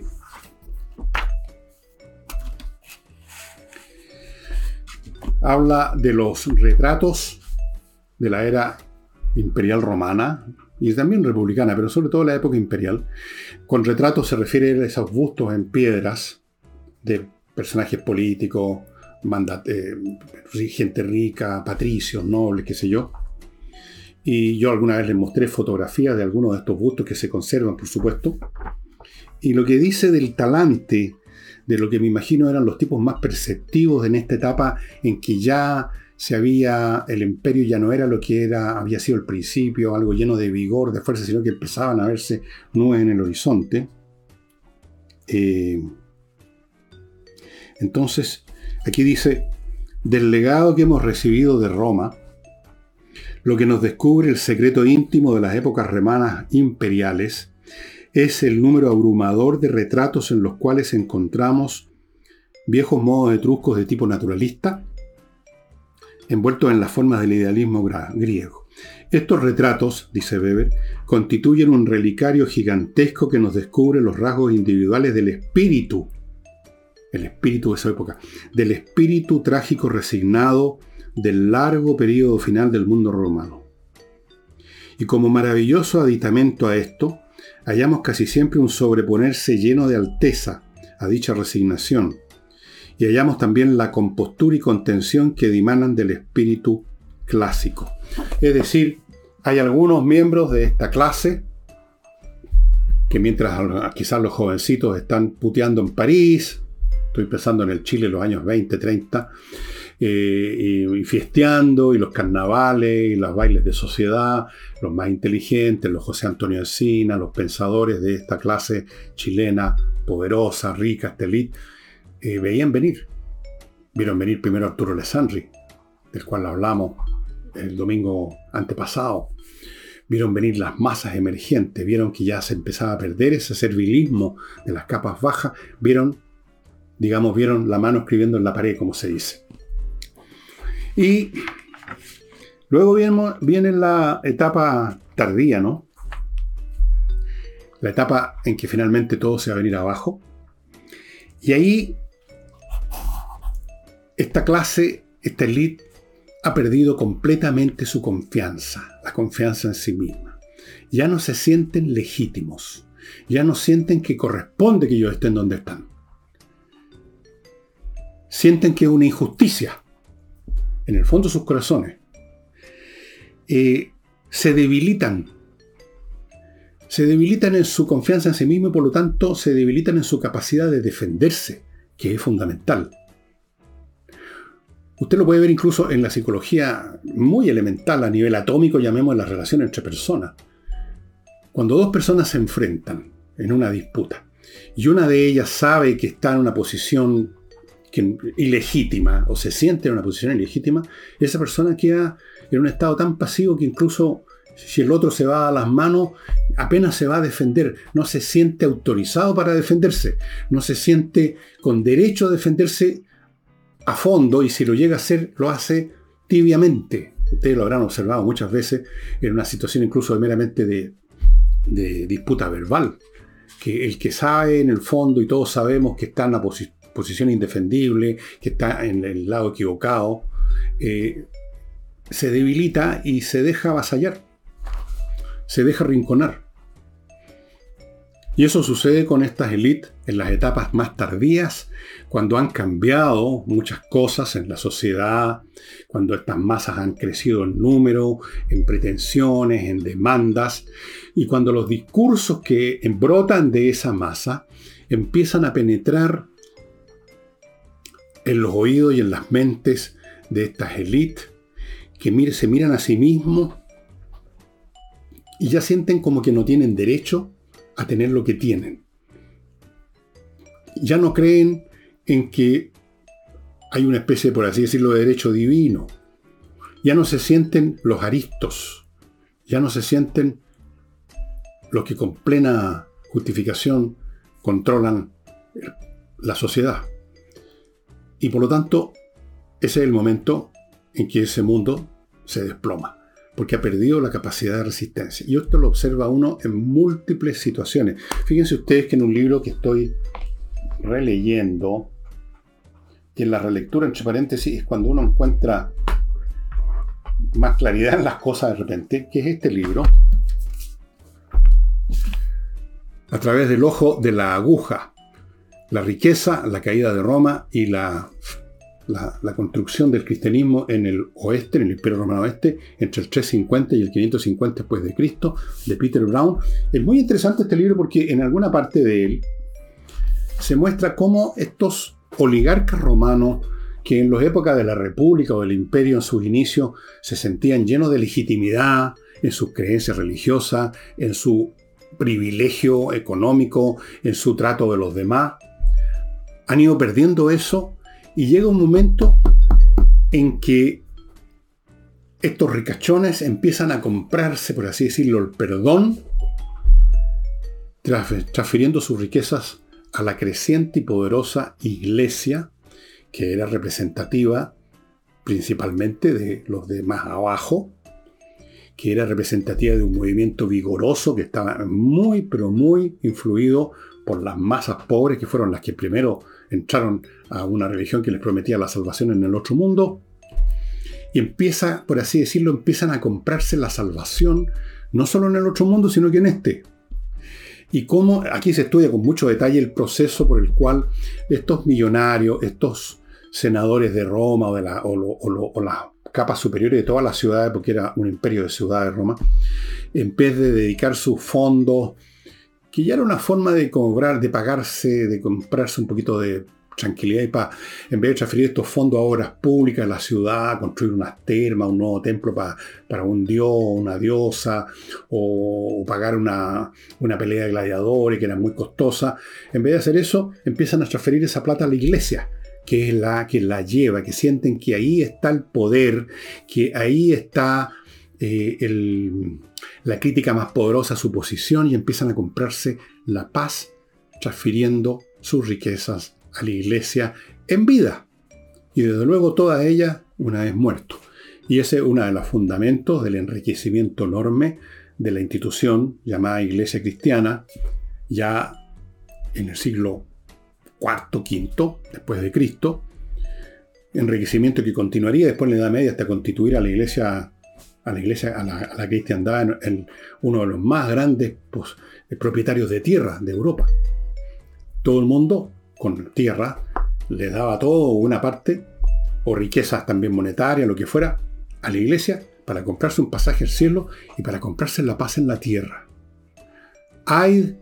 habla de los retratos de la era imperial romana y también republicana, pero sobre todo la época imperial. Con retratos se refiere a esos bustos en piedras de personajes políticos, gente rica, patricios, nobles, qué sé yo. Y yo alguna vez les mostré fotografías de algunos de estos bustos que se conservan, por supuesto. Y lo que dice del talante, de lo que me imagino eran los tipos más perceptivos en esta etapa en que ya el imperio ya no era lo que había sido el principio, algo lleno de vigor, de fuerza, sino que empezaban a verse nubes en el horizonte. Entonces, aquí dice, del legado que hemos recibido de Roma, lo que nos descubre el secreto íntimo de las épocas romanas imperiales es el número abrumador de retratos en los cuales encontramos viejos modos etruscos de tipo naturalista, envueltos en las formas del idealismo griego. Estos retratos, dice Weber, constituyen un relicario gigantesco que nos descubre los rasgos individuales del espíritu, el espíritu de esa época, del espíritu trágico resignado del largo periodo final del mundo romano. Y como maravilloso aditamento a esto, hallamos casi siempre un sobreponerse lleno de alteza a dicha resignación, y hallamos también la compostura y contención que dimanan del espíritu clásico. Es decir, hay algunos miembros de esta clase que mientras quizás los jovencitos están puteando en París, estoy pensando en el Chile de los años 20, 30, y fiesteando, y los carnavales, y los bailes de sociedad, los más inteligentes, los José Antonio Encina, los pensadores de esta clase chilena, poderosa, rica, esta élite, vieron venir primero a Arturo Alessandri, del cual hablamos el domingo antepasado. Vieron venir las masas emergentes, vieron que ya se empezaba a perder ese servilismo de las capas bajas, vieron la mano escribiendo en la pared, como se dice. Y luego viene la etapa tardía, ¿no? La etapa en que finalmente todo se va a venir abajo. Y ahí esta clase, esta élite, ha perdido completamente su confianza, la confianza en sí misma. Ya no se sienten legítimos, ya no sienten que corresponde que ellos estén donde están. Sienten que es una injusticia, en el fondo de sus corazones. Se debilitan en su confianza en sí mismo y por lo tanto se debilitan en su capacidad de defenderse, que es fundamental. Usted lo puede ver incluso en la psicología muy elemental, a nivel atómico, llamemos la relación entre personas. Cuando dos personas se enfrentan en una disputa y una de ellas sabe que está en una posición ilegítima o se siente en una posición ilegítima, esa persona queda en un estado tan pasivo que incluso si el otro se va a las manos, apenas se va a defender. No se siente autorizado para defenderse, no se siente con derecho a defenderse a fondo, y si lo llega a hacer, lo hace tibiamente. Ustedes lo habrán observado muchas veces en una situación incluso meramente de disputa verbal, que el que sabe en el fondo, y todos sabemos que está en una posición indefendible, que está en el lado equivocado, se debilita y se deja avasallar, se deja rinconar. Y eso sucede con estas élites en las etapas más tardías, cuando han cambiado muchas cosas en la sociedad, cuando estas masas han crecido en número, en pretensiones, en demandas, y cuando los discursos que brotan de esa masa empiezan a penetrar en los oídos y en las mentes de estas élites que se miran a sí mismos y ya sienten como que no tienen derecho a tener lo que tienen. Ya no creen en que hay una especie, por así decirlo, de derecho divino. Ya no se sienten los aristos. Ya no se sienten los que con plena justificación controlan la sociedad. Y por lo tanto, ese es el momento en que ese mundo se desploma, porque ha perdido la capacidad de resistencia. Y esto lo observa uno en múltiples situaciones. Fíjense ustedes que en un libro que estoy releyendo, que en la relectura, entre paréntesis, es cuando uno encuentra más claridad en las cosas de repente, que es este libro, A través del ojo de la aguja, la riqueza, la caída de Roma y la construcción del cristianismo en el oeste, en el Imperio Romano Oeste, entre el 350 y el 550 después de Cristo, de Peter Brown. Es muy interesante este libro porque en alguna parte de él se muestra cómo estos oligarcas romanos, que en las épocas de la República o del Imperio en sus inicios se sentían llenos de legitimidad en sus creencias religiosas, en su privilegio económico, en su trato de los demás, han ido perdiendo eso. Y llega un momento en que estos ricachones empiezan a comprarse, por así decirlo, el perdón, transfiriendo sus riquezas a la creciente y poderosa iglesia, que era representativa principalmente de los de más abajo, que era representativa de un movimiento vigoroso que estaba muy, pero muy influido por las masas pobres, que fueron las que primero entraron a una religión que les prometía la salvación en el otro mundo. Y empieza, por así decirlo, empiezan a comprarse la salvación, no solo en el otro mundo, sino que en este. Y cómo aquí se estudia con mucho detalle el proceso por el cual estos millonarios, estos senadores de Roma o las capas superiores de todas las ciudades, porque era un imperio de ciudades Roma, en vez de dedicar sus fondos, que ya era una forma de cobrar, de pagarse, de comprarse un poquito de tranquilidad, y en vez de transferir estos fondos a obras públicas en la ciudad, construir unas termas, un nuevo templo para un dios, una diosa, o pagar una pelea de gladiadores que era muy costosa, en vez de hacer eso, empiezan a transferir esa plata a la iglesia, que es la que la lleva, que sienten que ahí está el poder, que ahí está la crítica más poderosa a su posición, y empiezan a comprarse la paz transfiriendo sus riquezas a la iglesia en vida, y desde luego todas ellas una vez muerto. Y ese es uno de los fundamentos del enriquecimiento enorme de la institución llamada Iglesia Cristiana, ya en el siglo IV, V, después de Cristo, enriquecimiento que continuaría después en la Edad Media hasta constituir a la cristiandad en uno de los más grandes propietarios de tierra de Europa. Todo el mundo con tierra le daba todo, una parte, o riquezas también monetarias, lo que fuera, a la iglesia para comprarse un pasaje al cielo y para comprarse la paz en la tierra. Ay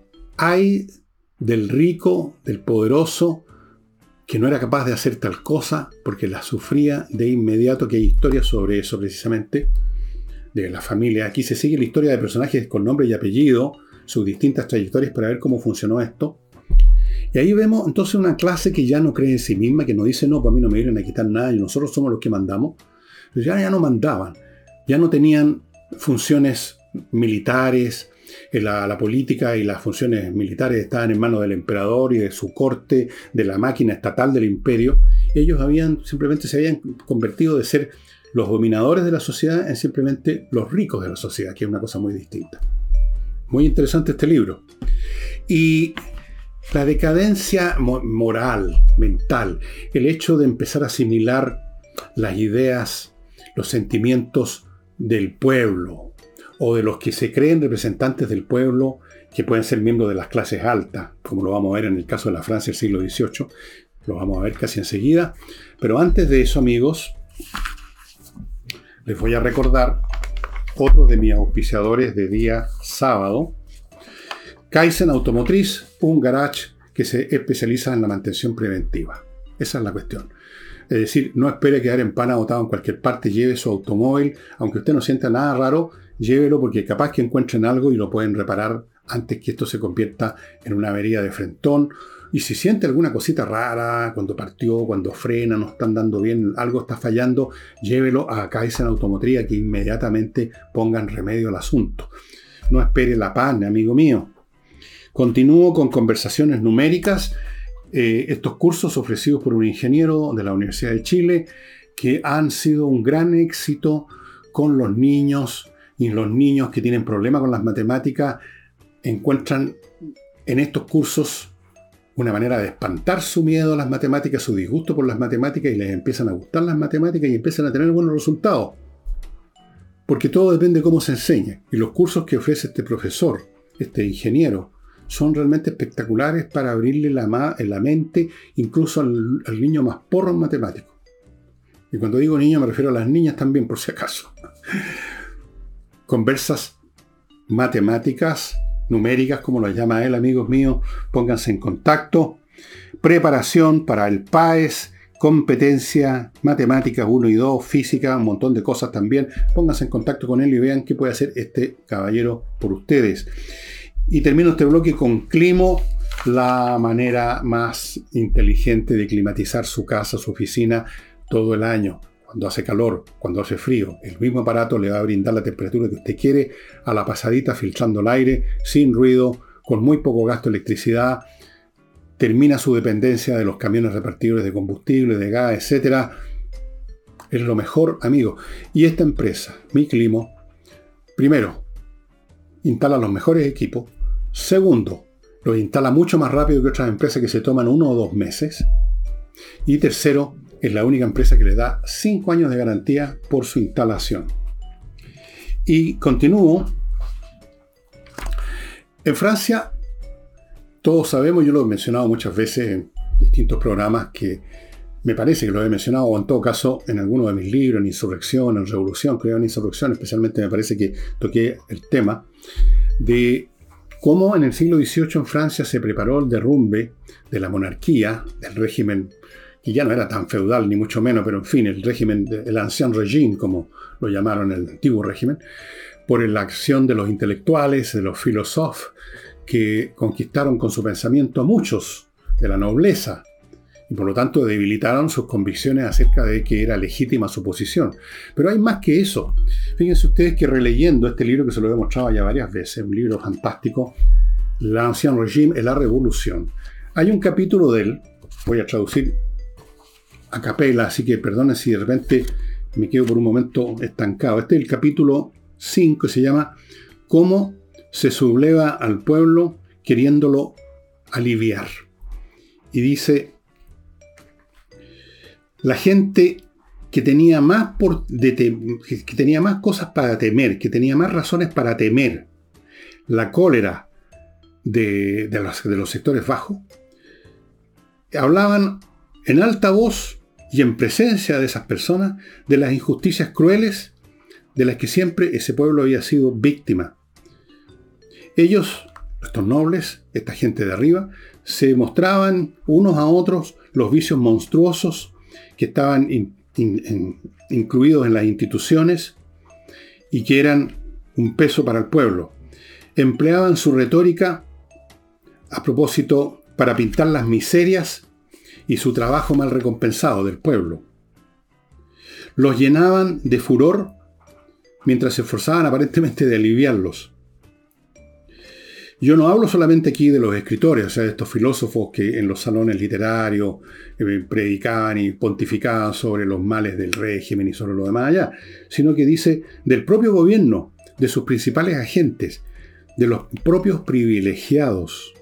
del rico, del poderoso, que no era capaz de hacer tal cosa porque la sufría de inmediato, que hay historias sobre eso precisamente, de la familia. Aquí se sigue la historia de personajes con nombre y apellido, sus distintas trayectorias para ver cómo funcionó esto. Y ahí vemos entonces una clase que ya no cree en sí misma, que no dice, no, pues a mí no me vienen a quitar nada y nosotros somos los que mandamos. Pero ya no mandaban, ya no tenían funciones militares, la política y las funciones militares estaban en manos del emperador y de su corte, de la máquina estatal del imperio. Ellos simplemente se habían convertido de ser los dominadores de la sociedad en simplemente los ricos de la sociedad, que es una cosa muy distinta. Muy interesante este libro. Y la decadencia moral, mental, el hecho de empezar a asimilar las ideas, los sentimientos del pueblo o de los que se creen representantes del pueblo, que pueden ser miembros de las clases altas, como lo vamos a ver en el caso de la Francia del siglo XVIII, lo vamos a ver casi enseguida. Pero antes de eso, amigos, les voy a recordar otro de mis auspiciadores de día sábado, Kaizen Automotriz, un garage que se especializa en la mantención preventiva. Esa es la cuestión. Es decir, no espere quedar en pana botado en cualquier parte, lleve su automóvil, aunque usted no sienta nada raro, llévelo porque capaz que encuentren algo y lo pueden reparar antes que esto se convierta en una avería de frentón. Y si siente alguna cosita rara, cuando partió, cuando frena, no están dando bien, algo está fallando, llévelo a Kaizen Automotriz, que inmediatamente pongan remedio al asunto. No espere la pana, amigo mío. Continúo con conversaciones numéricas, estos cursos ofrecidos por un ingeniero de la Universidad de Chile, que han sido un gran éxito con los niños, y los niños que tienen problemas con las matemáticas encuentran en estos cursos una manera de espantar su miedo a las matemáticas, su disgusto por las matemáticas, y les empiezan a gustar las matemáticas y empiezan a tener buenos resultados. Porque todo depende de cómo se enseña. Y los cursos que ofrece este profesor, este ingeniero, son realmente espectaculares para abrirle la mente incluso al niño más porro en matemáticos. Y cuando digo niño me refiero a las niñas también, por si acaso. Conversas matemáticas, numéricas, como lo llama él, amigos míos, pónganse en contacto. Preparación para el PAES, competencia, matemáticas 1 y 2, física, un montón de cosas también. Pónganse en contacto con él y vean qué puede hacer este caballero por ustedes. Y termino este bloque con Climo, la manera más inteligente de climatizar su casa, su oficina, todo el año. Cuando hace calor, cuando hace frío, el mismo aparato le va a brindar la temperatura que usted quiere a la pasadita, filtrando el aire, sin ruido, con muy poco gasto de electricidad. Termina su dependencia de los camiones repartidores de combustible, de gas, etc. Es lo mejor, amigo. Y esta empresa, Mi Climo, primero, instala los mejores equipos. Segundo, los instala mucho más rápido que otras empresas que se toman 1 o 2 meses. Y tercero, es la única empresa que le da 5 años de garantía por su instalación. Y continúo. En Francia, todos sabemos, yo lo he mencionado muchas veces en distintos programas, que me parece que lo he mencionado, o en todo caso en alguno de mis libros, en Insurrección, en Revolución, creo en Insurrección, especialmente me parece que toqué el tema de cómo en el siglo XVIII en Francia se preparó el derrumbe de la monarquía, del régimen que ya no era tan feudal ni mucho menos, pero en fin, el régimen, el ancien régime, como lo llamaron el antiguo régimen, por la acción de los intelectuales, de los filósofos, que conquistaron con su pensamiento a muchos de la nobleza, y por lo tanto debilitaron sus convicciones acerca de que era legítima su posición. Pero hay más que eso. Fíjense ustedes que releyendo este libro, que se lo he mostrado ya varias veces, un libro fantástico, L'Ancien Régime et la Revolución, hay un capítulo de él, voy a traducir a capela, así que perdonen si de repente me quedo por un momento estancado. Este es el capítulo 5, se llama Cómo se subleva al pueblo queriéndolo aliviar. Y dice: la gente que tenía más, que tenía más cosas para temer, que tenía más razones para temer la cólera de los sectores bajos, hablaban en alta voz y en presencia de esas personas de las injusticias crueles de las que siempre ese pueblo había sido víctima. Ellos, estos nobles, esta gente de arriba, se mostraban unos a otros los vicios monstruosos que estaban incluidos en las instituciones y que eran un peso para el pueblo. Empleaban su retórica a propósito para pintar las miserias y su trabajo mal recompensado del pueblo. Los llenaban de furor mientras se esforzaban aparentemente de aliviarlos. Yo no hablo solamente aquí de los escritores, o sea, de estos filósofos que en los salones literarios predicaban y pontificaban sobre los males del régimen y sobre lo demás allá, sino que dice del propio gobierno, de sus principales agentes, de los propios privilegiados.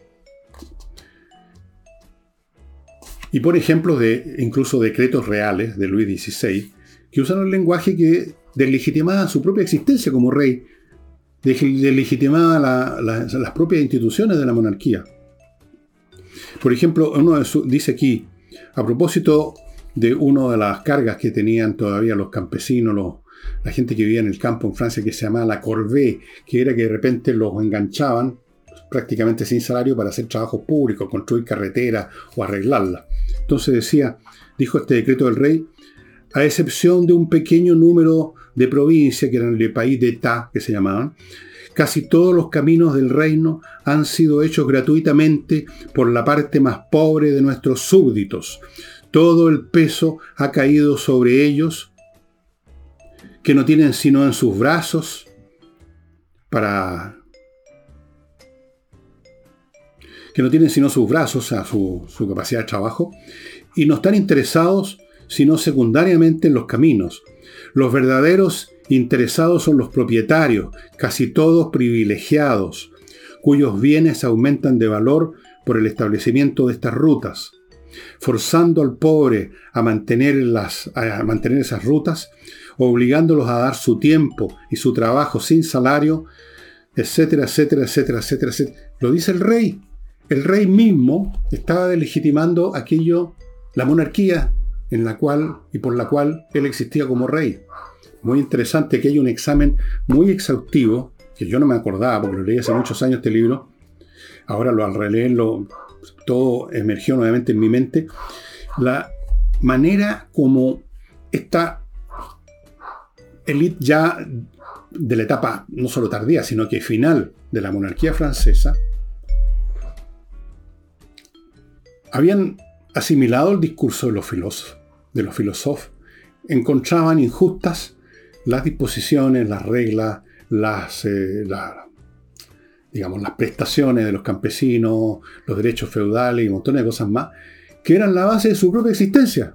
Y por ejemplo de incluso decretos reales de Luis XVI, que usan un lenguaje que deslegitimaba su propia existencia como rey, deslegitimaba las propias instituciones de la monarquía. Por ejemplo, dice aquí, a propósito de una de las cargas que tenían todavía los campesinos, la gente que vivía en el campo en Francia, que se llamaba la corvée, que era que de repente los enganchaban prácticamente sin salario para hacer trabajos públicos, construir carreteras o arreglarlas. Entonces dijo este decreto del rey: a excepción de un pequeño número de provincias, que eran el Pays d'État, que se llamaban, casi todos los caminos del reino han sido hechos gratuitamente por la parte más pobre de nuestros súbditos. Todo el peso ha caído sobre ellos, que no tienen sino en sus brazos o sea, su capacidad de trabajo, y no están interesados sino secundariamente en los caminos. Los verdaderos interesados son los propietarios, casi todos privilegiados, cuyos bienes aumentan de valor por el establecimiento de estas rutas, forzando al pobre a mantener esas rutas, obligándolos a dar su tiempo y su trabajo sin salario, etcétera, etcétera, etcétera, etcétera, etcétera. Lo dice el rey. El rey mismo estaba deslegitimando la monarquía en la cual y por la cual él existía como rey. Muy interesante que hay un examen muy exhaustivo, que yo no me acordaba porque lo leí hace muchos años este libro. Ahora al releerlo, todo emergió nuevamente en mi mente. La manera como esta élite ya de la etapa no solo tardía, sino que final de la monarquía francesa, habían asimilado el discurso de los filósofos, encontraban injustas las disposiciones, las reglas, las prestaciones de los campesinos, los derechos feudales y un montón de cosas más, que eran la base de su propia existencia.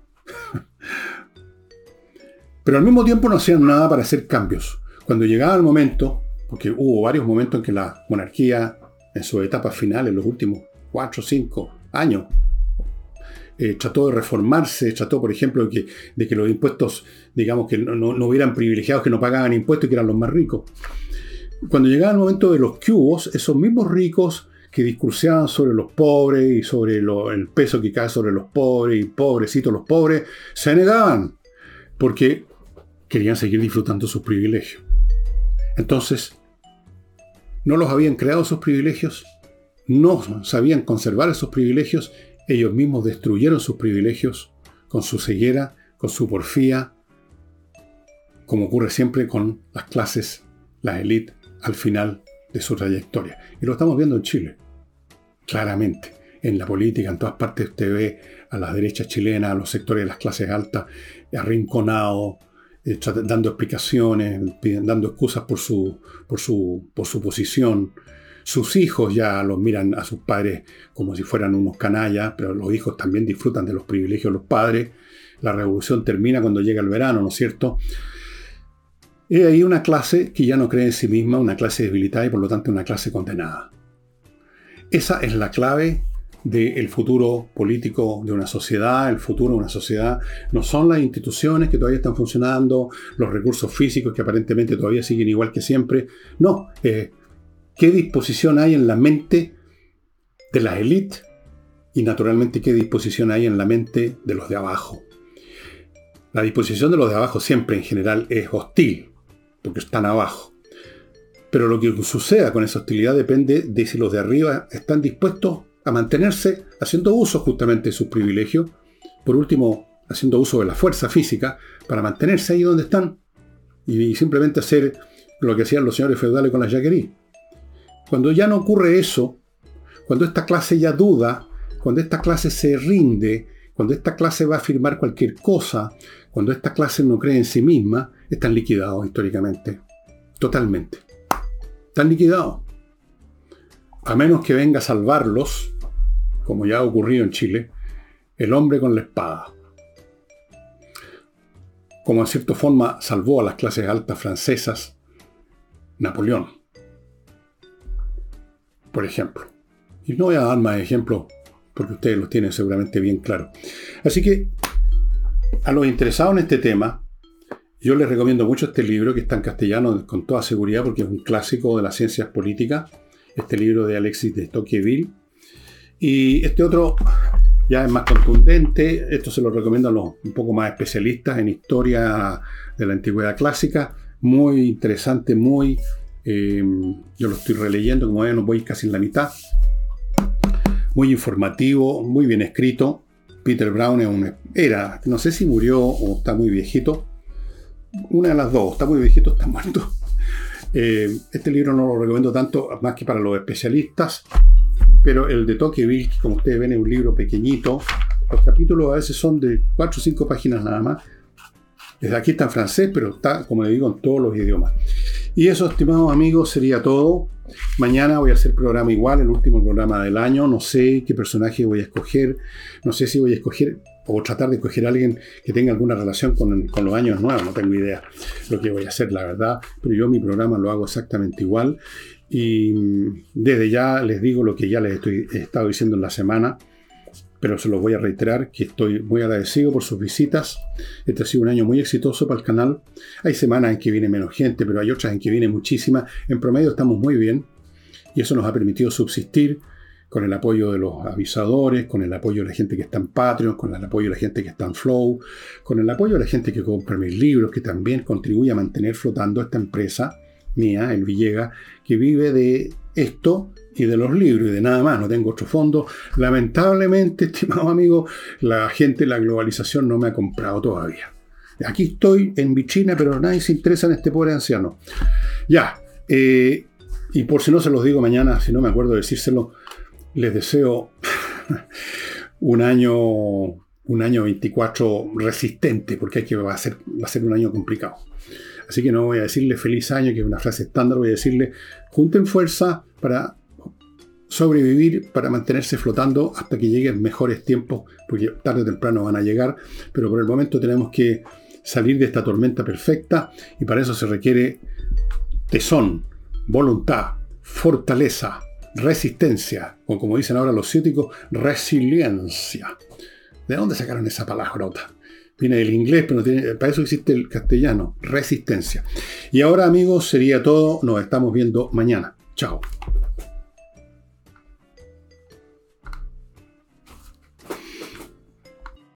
Pero al mismo tiempo no hacían nada para hacer cambios. Cuando llegaba el momento, porque hubo varios momentos en que la monarquía, en sus etapas finales, los últimos 4 o 5 años, trató de reformarse, trató, por ejemplo, de que los impuestos, digamos, que no hubieran privilegiados que no pagaban impuestos y que eran los más ricos. Cuando llegaba el momento de los cubos, esos mismos ricos que discursaban sobre los pobres y sobre el peso que cae sobre los pobres y pobrecitos los pobres, se negaban porque querían seguir disfrutando sus privilegios. Entonces, no los habían creado esos privilegios, no sabían conservar esos privilegios, ellos mismos destruyeron sus privilegios con su ceguera, con su porfía, como ocurre siempre con las clases, las élites, al final de su trayectoria. Y lo estamos viendo en Chile, claramente. En la política, en todas partes usted ve a las derechas chilenas, a los sectores de las clases altas, arrinconados, dando explicaciones, dando excusas por su posición. Sus hijos ya los miran a sus padres como si fueran unos canallas, pero los hijos también disfrutan de los privilegios de los padres. La revolución termina cuando llega el verano, ¿no es cierto? Y hay una clase que ya no cree en sí misma, una clase debilitada y por lo tanto una clase condenada. Esa es la clave del futuro político de una sociedad. El futuro de una sociedad no son las instituciones que todavía están funcionando, los recursos físicos que aparentemente todavía siguen igual que siempre. No, qué disposición hay en la mente de las élites y naturalmente qué disposición hay en la mente de los de abajo. La disposición de los de abajo siempre en general es hostil, porque están abajo. Pero lo que suceda con esa hostilidad depende de si los de arriba están dispuestos a mantenerse haciendo uso justamente de sus privilegios, por último, haciendo uso de la fuerza física para mantenerse ahí donde están y simplemente hacer lo que hacían los señores feudales con la yaquerí. Cuando ya no ocurre eso, cuando esta clase ya duda, cuando esta clase se rinde, cuando esta clase va a afirmar cualquier cosa, cuando esta clase no cree en sí misma, están liquidados históricamente. Totalmente. Están liquidados. A menos que venga a salvarlos, como ya ha ocurrido en Chile, el hombre con la espada. Como en cierta forma salvó a las clases altas francesas Napoleón, por ejemplo. Y no voy a dar más ejemplos porque ustedes los tienen seguramente bien claros. Así que a los interesados en este tema, yo les recomiendo mucho este libro que está en castellano con toda seguridad porque es un clásico de las ciencias políticas. Este libro de Alexis de Tocqueville. Y este otro ya es más contundente. Esto se lo recomiendo a los un poco más especialistas en historia de la antigüedad clásica. Muy interesante, yo lo estoy releyendo, como ya no voy casi en la mitad. Muy informativo, muy bien escrito. Peter Brown era, no sé si murió o está muy viejito. Una de las dos, está muy viejito, está muerto. Este libro no lo recomiendo tanto más que para los especialistas, pero el de Tocqueville, que como ustedes ven es un libro pequeñito, los capítulos a veces son de 4 o 5 páginas nada más. Desde aquí está en francés, pero está, como le digo, en todos los idiomas. Y eso, estimados amigos, sería todo. Mañana voy a hacer programa igual, el último programa del año. No sé qué personaje voy a escoger, no sé si voy a escoger o tratar de escoger a alguien que tenga alguna relación con los años nuevos, no tengo idea lo que voy a hacer, la verdad, pero yo mi programa lo hago exactamente igual y desde ya les digo lo que ya les he estado diciendo en la semana, pero se los voy a reiterar, que estoy muy agradecido por sus visitas. Este ha sido un año muy exitoso para el canal. Hay semanas en que viene menos gente, pero hay otras en que viene muchísima. En promedio estamos muy bien y eso nos ha permitido subsistir con el apoyo de los avisadores, con el apoyo de la gente que está en Patreon, con el apoyo de la gente que está en Flow, con el apoyo de la gente que compra mis libros, que también contribuye a mantener flotando esta empresa mía, el Villegas, que vive de esto y de los libros y de nada más, no tengo otro fondo. Lamentablemente, estimados amigos, la globalización no me ha comprado todavía. Aquí estoy en vitrina, pero nadie se interesa en este pobre anciano. Ya, y por si no se los digo mañana, si no me acuerdo de decírselo, les deseo un año 24 resistente, porque va a ser un año complicado. Así que no voy a decirle feliz año, que es una frase estándar, voy a decirle junten fuerza para sobrevivir, para mantenerse flotando hasta que lleguen mejores tiempos, porque tarde o temprano van a llegar, pero por el momento tenemos que salir de esta tormenta perfecta y para eso se requiere tesón, voluntad, fortaleza, resistencia, o como dicen ahora los científicos, resiliencia. ¿De dónde sacaron esa palabrota? Viene del inglés, pero para eso existe el castellano, resistencia. Y ahora, amigos, sería todo. Nos estamos viendo mañana. Chao.